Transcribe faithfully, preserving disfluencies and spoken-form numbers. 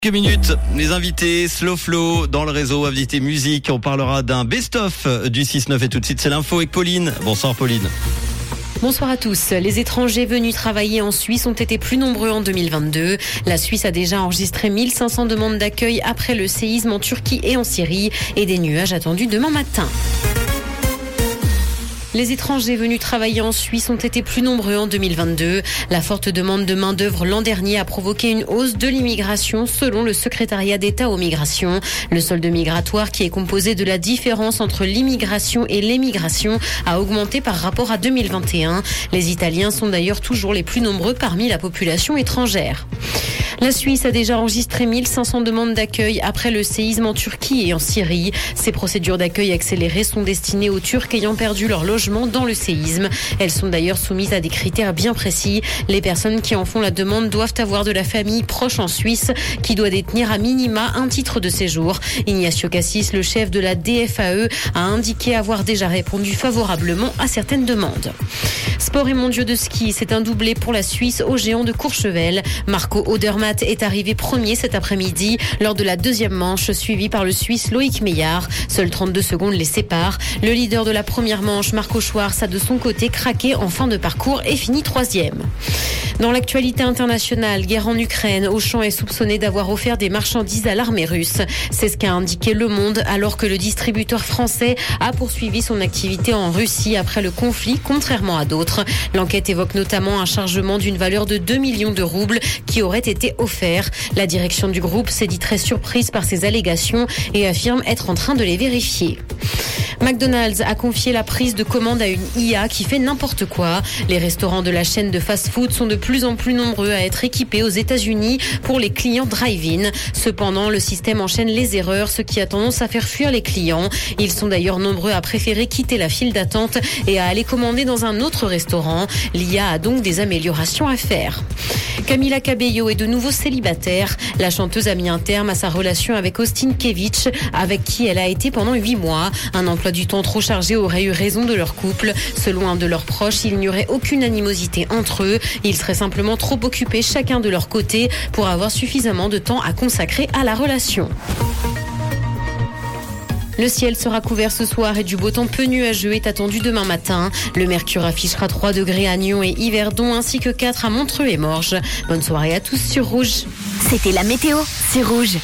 Quelques minutes, les invités, Slow Flow dans le réseau, invité musique. On parlera d'un best-of du six neuf et tout de suite c'est l'info avec Pauline. Bonsoir Pauline. Bonsoir à tous. Les étrangers venus travailler en Suisse ont été plus nombreux en deux mille vingt-deux. La Suisse a déjà enregistré mille cinq cents demandes d'accueil après le séisme en Turquie et en Syrie et des nuages attendus demain matin. Les étrangers venus travailler en Suisse ont été plus nombreux en deux mille vingt-deux. La forte demande de main-d'œuvre l'an dernier a provoqué une hausse de l'immigration selon le secrétariat d'État aux migrations. Le solde migratoire, qui est composé de la différence entre l'immigration et l'émigration, a augmenté par rapport à deux mille vingt et un. Les Italiens sont d'ailleurs toujours les plus nombreux parmi la population étrangère. La Suisse a déjà enregistré mille cinq cents demandes d'accueil après le séisme en Turquie et en Syrie. Ces procédures d'accueil accélérées sont destinées aux Turcs ayant perdu leur logement dans le séisme. Elles sont d'ailleurs soumises à des critères bien précis. Les personnes qui en font la demande doivent avoir de la famille proche en Suisse qui doit détenir à minima un titre de séjour. Ignacio Cassis, le chef de la D F A E, a indiqué avoir déjà répondu favorablement à certaines demandes. Sport et mondiaux de ski, c'est un doublé pour la Suisse au géant de Courchevel. Marco Odermatt est arrivé premier cet après-midi lors de la deuxième manche, suivi par le Suisse Loïc Meillard. Seules trente-deux secondes les séparent. Le leader de la première manche, Marco Schwarz, a de son côté craqué en fin de parcours et fini troisième. Dans l'actualité internationale, guerre en Ukraine, Auchan est soupçonné d'avoir offert des marchandises à l'armée russe. C'est ce qu'a indiqué Le Monde, alors que le distributeur français a poursuivi son activité en Russie après le conflit, contrairement à d'autres. L'enquête évoque notamment un chargement d'une valeur de deux millions de roubles qui aurait été offert. La direction du groupe s'est dit très surprise par ces allégations et affirme être en train de les vérifier. McDonald's a confié la prise de commande à une I A qui fait n'importe quoi. Les restaurants de la chaîne de fast-food sont de plus en plus nombreux à être équipés aux États-Unis pour les clients drive-in. Cependant, le système enchaîne les erreurs, ce qui a tendance à faire fuir les clients. Ils sont d'ailleurs nombreux à préférer quitter la file d'attente et à aller commander dans un autre restaurant. L'I A a donc des améliorations à faire. Camila Cabello est de nouveau célibataire. La chanteuse a mis un terme à sa relation avec Austin Kevitch, avec qui elle a été pendant huit mois. Un emploi du temps trop chargé aurait eu raison de leur couple. Selon un de leurs proches, il n'y aurait aucune animosité entre eux. Ils seraient simplement trop occupés chacun de leur côté pour avoir suffisamment de temps à consacrer à la relation. Le ciel sera couvert ce soir et du beau temps peu nuageux est attendu demain matin. Le mercure affichera trois degrés à Nyon et Yverdon ainsi que quatre à Montreux et Morges. Bonne soirée à tous sur Rouge. C'était la météo sur Rouge.